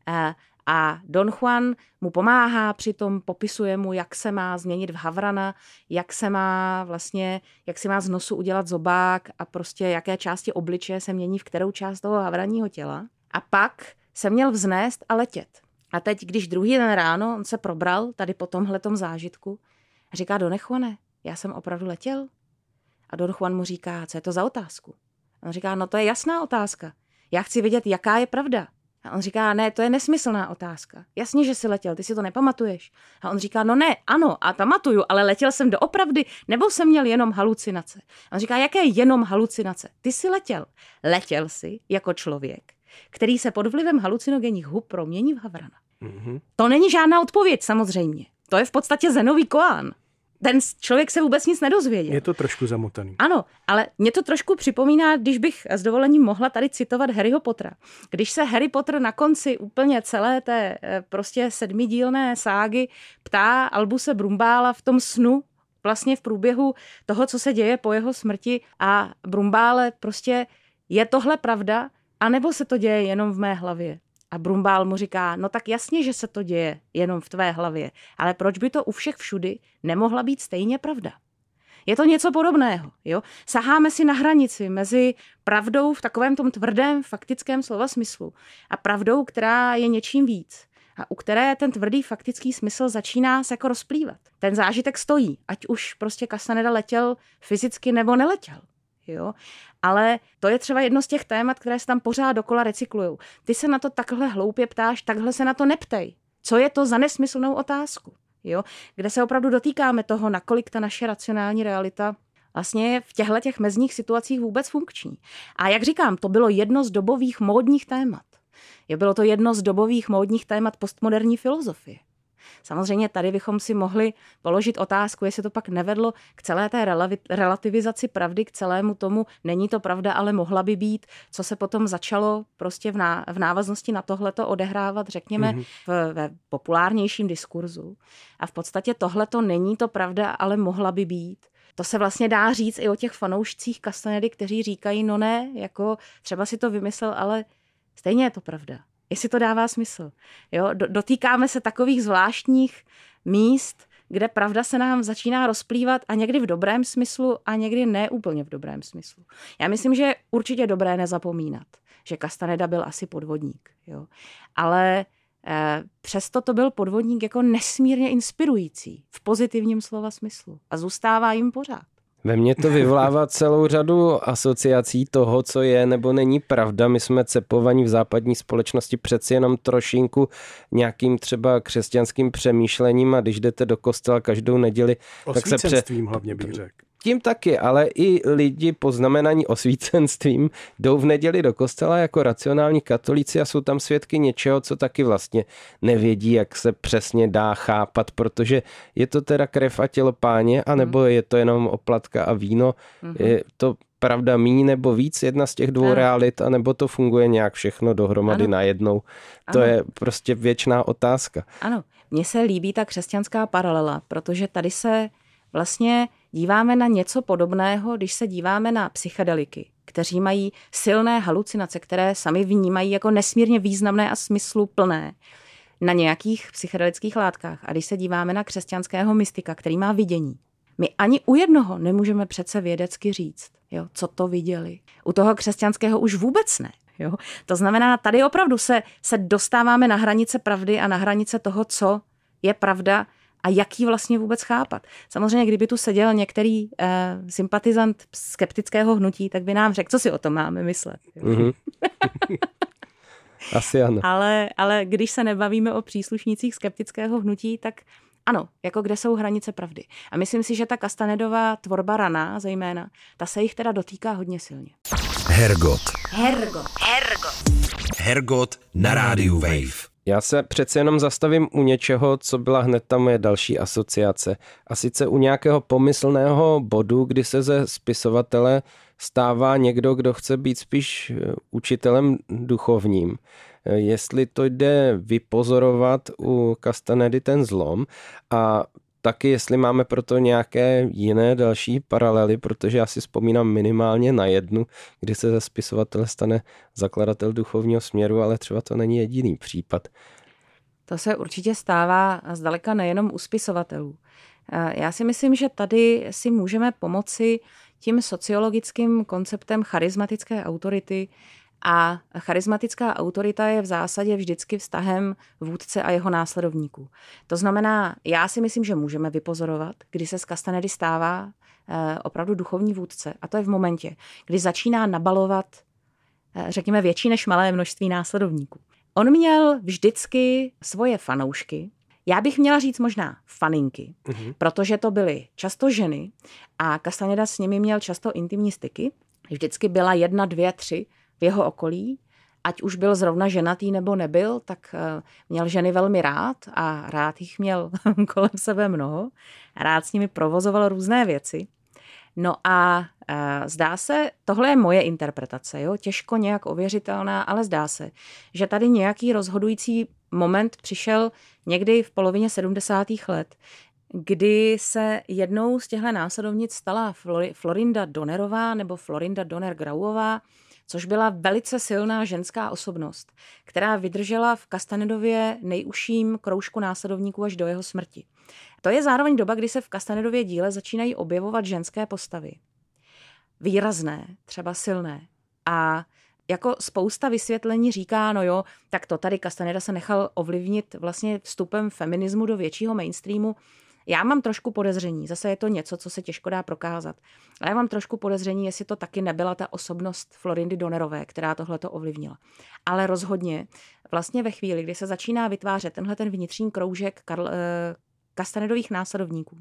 A Don Juan mu pomáhá, přitom popisuje mu, jak se má změnit v havrana, jak se má vlastně, jak si má z nosu udělat zobák a prostě jaké části obličeje se mění v kterou část toho havraního těla. A pak se měl vznést a letět. A teď, když druhý den ráno on se probral tady po tomhletom zážitku a říká: Done Juane, já jsem opravdu letěl? A Don Juan mu říká: co je to za otázku? On říká, no to je jasná otázka. Já chci vědět, jaká je pravda. A on říká, ne, to je nesmyslná otázka. Jasně, že jsi letěl, ty si to nepamatuješ. A on říká, no ne, ano, a pamatuju, ale letěl jsem doopravdy, nebo jsem měl jenom halucinace. A on říká, jaké jenom halucinace? Ty jsi letěl. Letěl jsi jako člověk, který se pod vlivem halucinogenních hub promění v havrana. Mm-hmm. To není žádná odpověď, samozřejmě. To je v podstatě zenový koán. Ten člověk se vůbec nic nedozvěděl. Je to trošku zamotaný. Ano, ale mě to trošku připomíná, když bych s dovolením mohla tady citovat Harryho Pottera. Když se Harry Potter na konci úplně celé té prostě sedmidílné ságy ptá Albuse Brumbála v tom snu, vlastně v průběhu toho, co se děje po jeho smrti, a Brumbále, prostě je tohle pravda, anebo se to děje jenom v mé hlavě? A Brumbál mu říká, no tak jasně, že se to děje jenom v tvé hlavě, ale proč by to u všech všudy nemohla být stejně pravda? Je to něco podobného. Jo? Saháme si na hranici mezi pravdou v takovém tom tvrdém faktickém slova smyslu a pravdou, která je něčím víc a u které ten tvrdý faktický smysl začíná se jako rozplývat. Ten zážitek stojí, ať už prostě Castaneda letěl fyzicky nebo neletěl. Jo? Ale to je třeba jedno z těch témat, které se tam pořád dokola recyklujou. Ty se na to takhle hloupě ptáš, takhle se na to neptej. Co je to za nesmyslnou otázku? Jo? Kde se opravdu dotýkáme toho, nakolik ta naše racionální realita vlastně je v těchto těch mezních situacích vůbec funkční. A jak říkám, to bylo jedno z dobových módních témat. Je bylo to jedno z dobových módních témat postmoderní filozofie. Samozřejmě tady bychom si mohli položit otázku, jestli to pak nevedlo k celé té relativizaci pravdy, k celému tomu, není to pravda, ale mohla by být, co se potom začalo prostě v, ná, v návaznosti na tohleto odehrávat, řekněme, mm-hmm. v, ve populárnějším diskurzu. A v podstatě tohleto není to pravda, ale mohla by být. To se vlastně dá říct i o těch fanoušcích Castanedy, kteří říkají, no ne, jako třeba si to vymyslel, ale stejně je to pravda. Jestli to dává smysl. Jo? Dotýkáme se takových zvláštních míst, kde pravda se nám začíná rozplývat a někdy v dobrém smyslu a někdy ne úplně v dobrém smyslu. Já myslím, že je určitě dobré nezapomínat, že Castaneda byl asi podvodník. Jo? Ale eh, přesto to byl podvodník jako nesmírně inspirující v pozitivním slova smyslu a zůstává jim pořád. Ve mně to vyvolává celou řadu asociací toho, co je nebo není pravda. My jsme cepovaní v západní společnosti přeci jenom trošinku nějakým třeba křesťanským přemýšlením a když jdete do kostela každou neděli, tak se pře... hlavně bych řekl. Tím taky, ale i lidi poznamenaní osvícenstvím jdou v neděli do kostela jako racionální katolíci a jsou tam svědky něčeho, co taky vlastně nevědí, jak se přesně dá chápat, protože je to teda krev a tělo Páně, anebo je to jenom oplatka a víno. Mm-hmm. Je to pravda míň nebo víc, jedna z těch dvou ano. realit, anebo to funguje nějak všechno dohromady ano. najednou. To ano. je prostě věčná otázka. Ano, mně se líbí ta křesťanská paralela, protože tady se vlastně díváme na něco podobného, když se díváme na psychedeliky, kteří mají silné halucinace, které sami vnímají jako nesmírně významné a smysluplné na nějakých psychedelických látkách. A když se díváme na křesťanského mystika, který má vidění, my ani u jednoho nemůžeme přece vědecky říct, jo, co to viděli. U toho křesťanského už vůbec ne. Jo. To znamená, tady opravdu se, se dostáváme na hranice pravdy a na hranice toho, co je pravda, a jak ji vlastně vůbec chápat. Samozřejmě, kdyby tu seděl některý eh, sympatizant skeptického hnutí, tak by nám řekl, co si o tom máme myslet. Mm-hmm. Asi ano. Ale, ale když se nebavíme o příslušnících skeptického hnutí, tak ano, jako kde jsou hranice pravdy. A myslím si, že ta Castanedová tvorba raná, zejména, ta se jich teda dotýká hodně silně. Hergot. Hergot. Hergot. Hergot na rádiu Wave. Já se přece jenom zastavím u něčeho, co byla hned ta moje další asociace. A sice u nějakého pomyslného bodu, kdy se ze spisovatele stává někdo, kdo chce být spíš učitelem duchovním. Jestli to jde vypozorovat u Castanedy ten zlom a taky jestli máme proto nějaké jiné další paralely, protože já si vzpomínám minimálně na jednu, kdy se ze spisovatele stane zakladatel duchovního směru, ale třeba to není jediný případ. To se určitě stává zdaleka nejenom u spisovatelů. Já si myslím, že tady si můžeme pomoci tím sociologickým konceptem charismatické autority. A charismatická autorita je v zásadě vždycky vztahem vůdce a jeho následovníků. To znamená, já si myslím, že můžeme vypozorovat, kdy se z Castanedy stává opravdu duchovní vůdce. A to je v momentě, kdy začíná nabalovat, řekněme, větší než malé množství následovníků. On měl vždycky svoje fanoušky, já bych měla říct možná faninky, mm-hmm. protože to byly často ženy a Castañeda s nimi měl často intimní styky. Vždycky byla jedna, dvě, tři v jeho okolí. Ať už byl zrovna ženatý nebo nebyl, tak měl ženy velmi rád a rád jich měl kolem sebe mnoho. Rád s nimi provozoval různé věci. No a e, zdá se, tohle je moje interpretace, jo? Těžko nějak ověřitelná, ale zdá se, že tady nějaký rozhodující moment přišel někdy v polovině sedmdesátých let, kdy se jednou z těchto následovnic stala Flor- Florinda Donnerová nebo Florinda Donner-Grauová, což byla velice silná ženská osobnost, která vydržela v Castañedově nejužším kroužku následovníků až do jeho smrti. To je zároveň doba, kdy se v Castañedově díle začínají objevovat ženské postavy. Výrazné, třeba silné. A jako spousta vysvětlení říká, no jo, tak to tady Castañeda se nechal ovlivnit vlastně vstupem feminismu do většího mainstreamu. Já mám trošku podezření, zase je to něco, co se těžko dá prokázat, ale já mám trošku podezření, jestli to taky nebyla ta osobnost Florindy Donnerové, která tohleto ovlivnila. Ale rozhodně vlastně ve chvíli, kdy se začíná vytvářet tenhle ten vnitřní kroužek Karl, eh, Castañedových následovníků,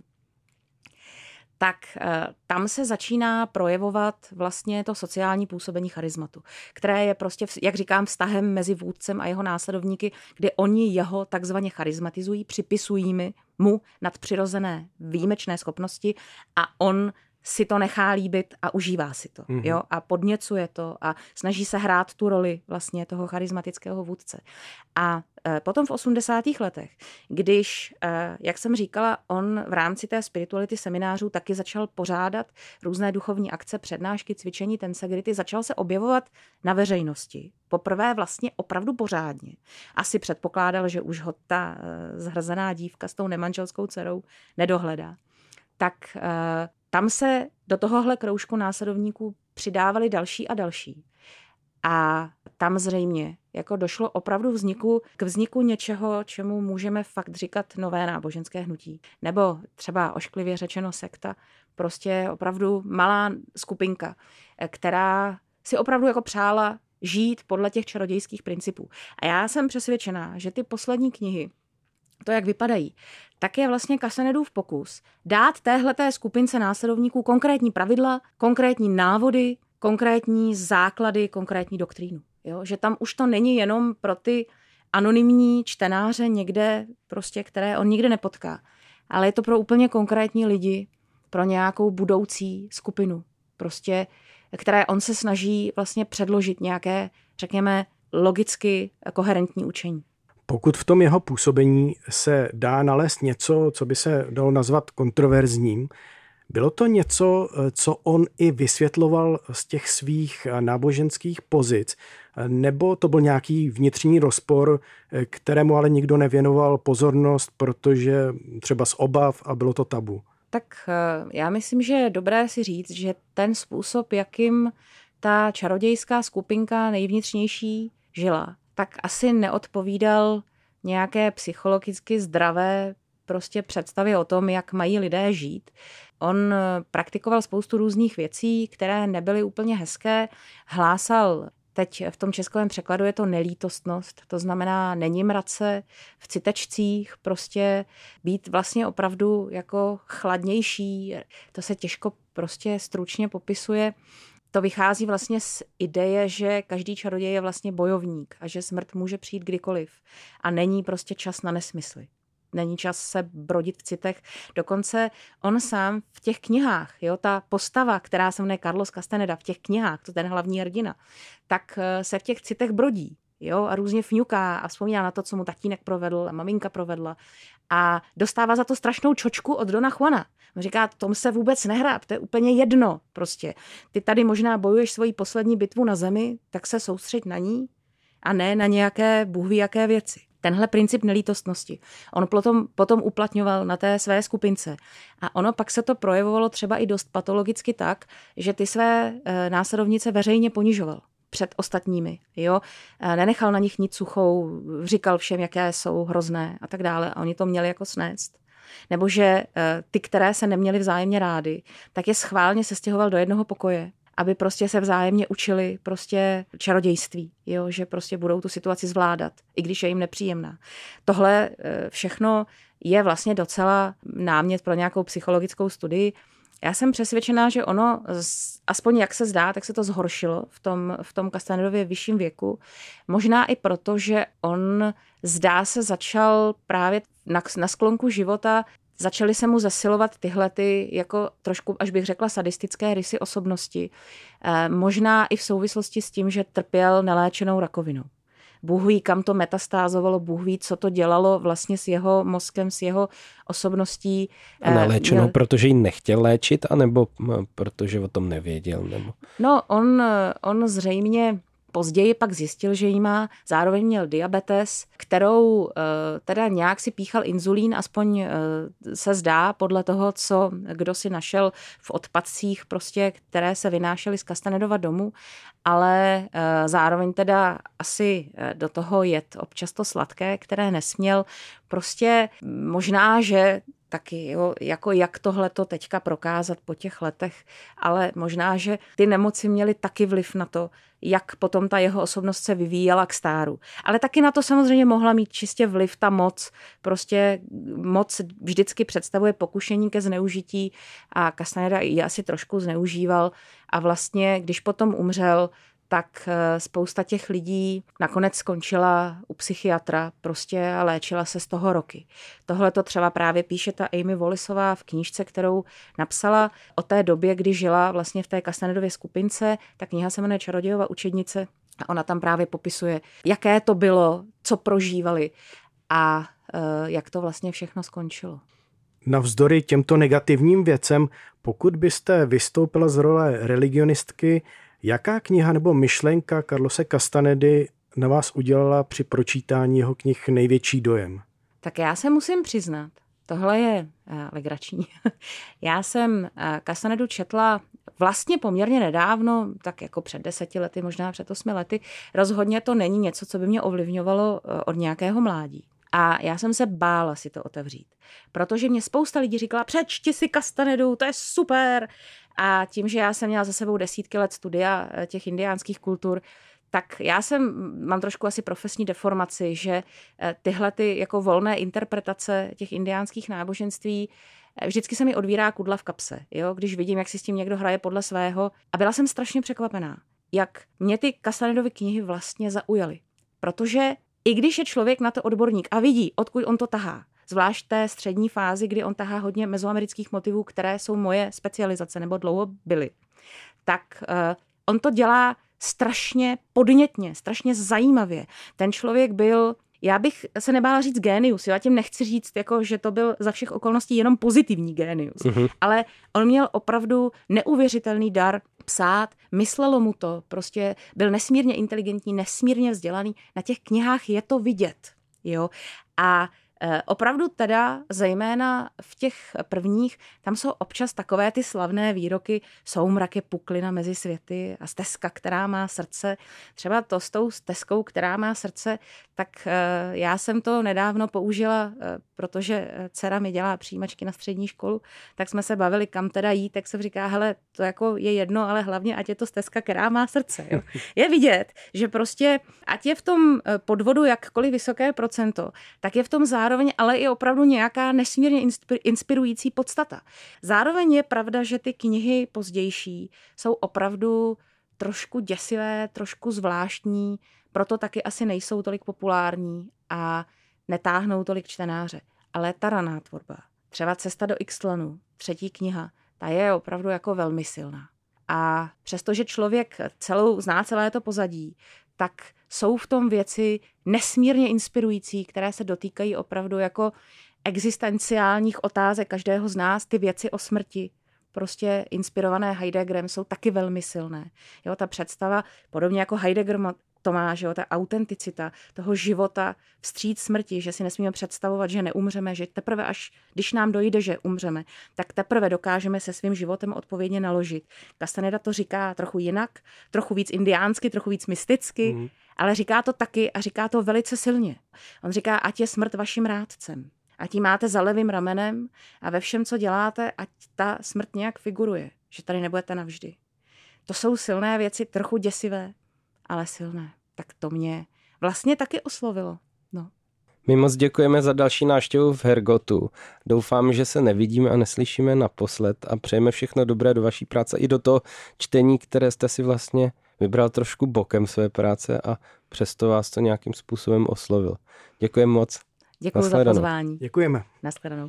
tak eh, tam se začíná projevovat vlastně to sociální působení charizmatu, které je prostě, jak říkám, vztahem mezi vůdcem a jeho následovníky, kde oni jeho takzvaně charizmatizují, připisují mu nadpřirozené výjimečné schopnosti a on si to nechá líbit a užívá si to. Mm-hmm. Jo? A podněcuje to a snaží se hrát tu roli vlastně toho charismatického vůdce. A e, potom v osmdesátých letech, když, e, jak jsem říkala, on v rámci té spirituality seminářů taky začal pořádat různé duchovní akce, přednášky, cvičení, tensegrity, začal se objevovat na veřejnosti. Poprvé vlastně opravdu pořádně. Asi předpokládal, že už ho ta e, zhrzená dívka s tou nemanželskou dcerou nedohledá. Tak e, tam se do tohohle kroužku následovníků přidávali další a další. A tam zřejmě jako došlo opravdu vzniku, k vzniku něčeho, čemu můžeme fakt říkat nové náboženské hnutí. Nebo třeba ošklivě řečeno sekta. Prostě opravdu malá skupinka, která si opravdu jako přála žít podle těch čarodějských principů. A já jsem přesvědčená, že ty poslední knihy, to, jak vypadají, tak je vlastně Castañedův pokus dát téhleté skupince následovníků konkrétní pravidla, konkrétní návody, konkrétní základy, konkrétní doktrínu. Jo? Že tam už to není jenom pro ty anonymní čtenáře někde, prostě, které on nikde nepotká, ale je to pro úplně konkrétní lidi, pro nějakou budoucí skupinu, prostě, které on se snaží vlastně předložit nějaké, řekněme, logicky koherentní učení. Pokud v tom jeho působení se dá nalézt něco, co by se dalo nazvat kontroverzním, bylo to něco, co on i vysvětloval z těch svých náboženských pozic, nebo to byl nějaký vnitřní rozpor, kterému ale nikdo nevěnoval pozornost, protože třeba z obav a bylo to tabu? Tak já myslím, že je dobré si říct, že ten způsob, jakým ta čarodějská skupinka nejvnitřnější žila, tak asi neodpovídal nějaké psychologicky zdravé prostě představy o tom, jak mají lidé žít. On praktikoval spoustu různých věcí, které nebyly úplně hezké. Hlásal, teď v tom českovém překladu je to nelítostnost, to znamená nenimrat se v citečcích, prostě být vlastně opravdu jako chladnější. To se těžko prostě stručně popisuje. To vychází vlastně z ideje, že každý čaroděj je vlastně bojovník a že smrt může přijít kdykoliv. A není prostě čas na nesmysly. Není čas se brodit v citech. Dokonce on sám v těch knihách, jo, ta postava, která se jmenuje Carlos Castaneda, v těch knihách, to ten hlavní hrdina, tak se v těch citech brodí. Jo, a různě fňuká a vzpomíná na to, co mu tatínek provedl a maminka provedla. A dostává za to strašnou čočku od Dona Juana. On říká, tom se vůbec nehrá, to je úplně jedno prostě. Ty tady možná bojuješ svoji poslední bitvu na zemi, tak se soustřeď na ní a ne na nějaké bůhví jaké věci. Tenhle princip nelítostnosti on potom, potom uplatňoval na té své skupince. A ono pak se to projevovalo třeba i dost patologicky tak, že ty své e, následovnice veřejně ponižoval před ostatními, jo. Nenechal na nich nic suchou, říkal všem, jaké jsou hrozné a tak dále. A oni to měli jako snést. nebo že ty, které se neměly vzájemně rády, tak je schválně sestěhoval do jednoho pokoje, aby prostě se vzájemně učili prostě čarodějství, jo? Že prostě budou tu situaci zvládat, i když je jim nepříjemná. Tohle všechno je vlastně docela námět pro nějakou psychologickou studii. Já jsem přesvědčená, že ono, aspoň jak se zdá, tak se to zhoršilo v tom, v tom Castanedově vyšším věku. Možná i proto, že on zdá se začal právě na, na sklonku života, začaly se mu zesilovat tyhle ty, jako trošku, až bych řekla, sadistické rysy osobnosti. Eh, možná i v souvislosti s tím, že trpěl neléčenou rakovinou. Bůh ví, kam to metastázovalo, Bůh ví, co to dělalo vlastně s jeho mozkem, s jeho osobností. A neléčenou, Měl... protože ji nechtěl léčit, anebo protože o tom nevěděl? Nebo... No, on, on zřejmě později pak zjistil, že jí má, zároveň měl diabetes, kterou teda nějak si píchal inzulín, aspoň se zdá podle toho, co kdo si našel v odpadcích, prostě, které se vynášely z Castanedova domu, ale zároveň teda asi do toho jet občas to sladké, které nesměl. Prostě možná, že taky, jo, jako jak tohle to teďka prokázat po těch letech, ale možná, že ty nemoci měly taky vliv na to, jak potom ta jeho osobnost se vyvíjela k stáru. Ale taky na to samozřejmě mohla mít čistě vliv ta moc. Prostě moc vždycky představuje pokušení ke zneužití a Castaneda ji asi trošku zneužíval a vlastně, když potom umřel, tak spousta těch lidí nakonec skončila u psychiatra prostě a léčila se z toho roky. Tohle to třeba právě píše ta Amy Wallisová v knížce, kterou napsala o té době, kdy žila vlastně v té Castanedově skupince. Ta kniha se jmenuje Čarodějova učednice a ona tam právě popisuje, jaké to bylo, co prožívali a jak to vlastně všechno skončilo. Navzdory těmto negativním věcem, pokud byste vystoupila z role religionistky, jaká kniha nebo myšlenka Carlose Castanedy na vás udělala při pročítání jeho knih největší dojem? Tak já se musím přiznat, tohle je uh, legrační. Já jsem uh, Castanedu četla vlastně poměrně nedávno, tak jako před deseti lety, možná před osmi lety. Rozhodně to není něco, co by mě ovlivňovalo uh, od nějakého mládí. A já jsem se bála si to otevřít, protože mě spousta lidí říkala, přečti si Castanedu, to je super. A tím, že já jsem měla za sebou desítky let studia těch indiánských kultur, tak já jsem, mám trošku asi profesní deformaci, že tyhle ty jako volné interpretace těch indiánských náboženství, vždycky se mi odvírá kudla v kapse, jo? Když vidím, jak si s tím někdo hraje podle svého. A byla jsem strašně překvapená, jak mě ty Castanedovy knihy vlastně zaujaly. Protože i když je člověk na to odborník a vidí, odkud on to tahá, zvlášť té střední fázi, kdy on tahá hodně mezoamerických motivů, které jsou moje specializace nebo dlouho byly, tak uh, on to dělá strašně podnětně, strašně zajímavě. Ten člověk byl, já bych se nebála říct génius, já tím nechci říct, jako, že to byl za všech okolností jenom pozitivní génius, uh-huh. ale on měl opravdu neuvěřitelný dar psát, myslelo mu to, prostě byl nesmírně inteligentní, nesmírně vzdělaný, na těch knihách je to vidět, jo, a opravdu teda, zejména v těch prvních, tam jsou občas takové ty slavné výroky, soumrak je puklina mezi světy a stezka, která má srdce. Třeba to s tou stezkou, která má srdce, tak já jsem to nedávno použila, protože dcera mi dělá přijímačky na střední školu, tak jsme se bavili, kam teda jít, tak se říká, hele, to jako je jedno, ale hlavně ať je to stezka, která má srdce. Jo. Je vidět, že prostě, ať je v tom podvodu jakkoliv vysoké procento, tak je v tom zároveň Zároveň ale i opravdu nějaká nesmírně inspirující podstata. Zároveň je pravda, že ty knihy pozdější jsou opravdu trošku děsivé, trošku zvláštní, proto taky asi nejsou tolik populární a netáhnou tolik čtenáře. Ale ta raná tvorba, třeba Cesta do Ixtlanu, třetí kniha, ta je opravdu jako velmi silná. A přestože člověk celou, zná celé to pozadí, tak jsou v tom věci nesmírně inspirující, které se dotýkají opravdu jako existenciálních otázek každého z nás. Ty věci o smrti, prostě inspirované Heideggerem, jsou taky velmi silné. Jo, ta představa, podobně jako Heidegger to má, že jo, ta autenticita toho života vstříc smrti, že si nesmíme představovat, že neumřeme, že teprve až, když nám dojde, že umřeme, tak teprve dokážeme se svým životem odpovědně naložit. Castaneda to říká trochu jinak, trochu víc indiánsky, trochu víc mysticky, mm. ale říká to taky a říká to velice silně. On říká, ať je smrt vaším rádcem. ať ji máte za levým ramenem a ve všem, co děláte, ať ta smrt nějak figuruje, že tady nebudete navždy. To jsou silné věci, trochu děsivé, ale silné. Tak to mě vlastně taky oslovilo. No. My moc děkujeme za další návštěvu v Hergotu. Doufám, že se nevidíme a neslyšíme naposled a přejeme všechno dobré do vaší práce i do toho čtení, které jste si vlastně vybral trošku bokem své práce a přesto vás to nějakým způsobem oslovil. Děkujeme moc. Děkuji za pozvání. Děkujeme. Nashledanou.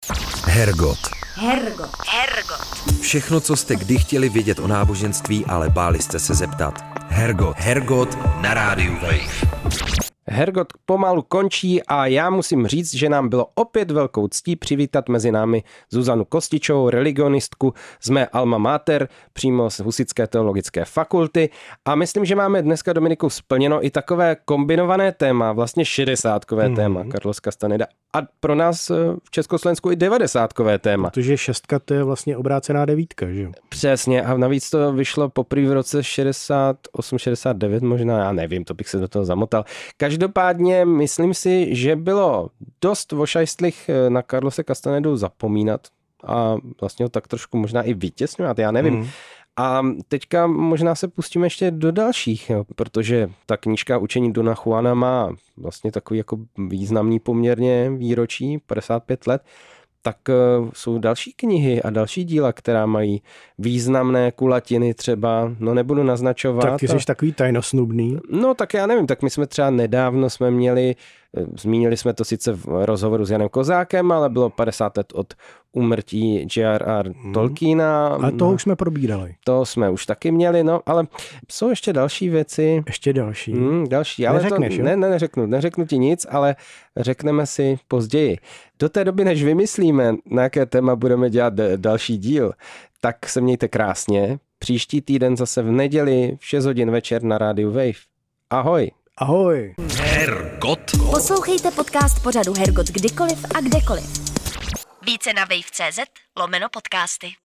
Hergot. Hergot. Hergot. Všechno, co jste kdy chtěli vědět o náboženství, ale báli jste se zeptat. Hergot. Hergot na rádiu Wave. Hergot pomalu končí a já musím říct, že nám bylo opět velkou ctí přivítat mezi námi Zuzanu Kostičovou, religionistku z mé alma mater, přímo z Husitské teologické fakulty a myslím, že máme dneska, Dominiku, splněno i takové kombinované téma, vlastně šedesátkové mm-hmm. téma Carlos Castaneda a pro nás v Československu i devadesátkové téma. Protože šestka to je vlastně obrácená devítka, že jo? Přesně a navíc to vyšlo poprvé v roce šedesát osm šedesát devět možná, já nevím, to bych se do toho zamotal. Každopádně myslím si, že bylo dost vošajstlých na Carlose Castanedu zapomínat a vlastně ho tak trošku možná i vytěsňovat, já nevím. Mm. A teďka možná se pustíme ještě do dalších, jo, protože ta knížka Učení Dona Juana má vlastně takový jako významný poměrně výročí, padesát pět let, tak jsou další knihy a další díla, která mají významné kulatiny třeba, no nebudu naznačovat. Tak ty jsi a... takový tajnosnubný. No tak já nevím, tak my jsme třeba nedávno jsme měli, zmínili jsme to sice v rozhovoru s Janem Kozákem, ale bylo padesát let od úmrtí J R R Tolkiena. A to no, už jsme probírali. To jsme už taky měli, no, ale jsou ještě další věci. Ještě další. Hmm, další, ale Neřekneš, to, ne, ne, neřeknu, neřeknu ti nic, ale řekneme si později. Do té doby, než vymyslíme, na jaké téma budeme dělat další díl, tak se mějte krásně. Příští týden zase v neděli v šest hodin večer na rádiu Wave. Ahoj. Ahoj. Hergot. Poslouchejte podcast pořadu Hergot kdykoliv a kdekoliv. Více na wave tečka cz lomeno podcasty.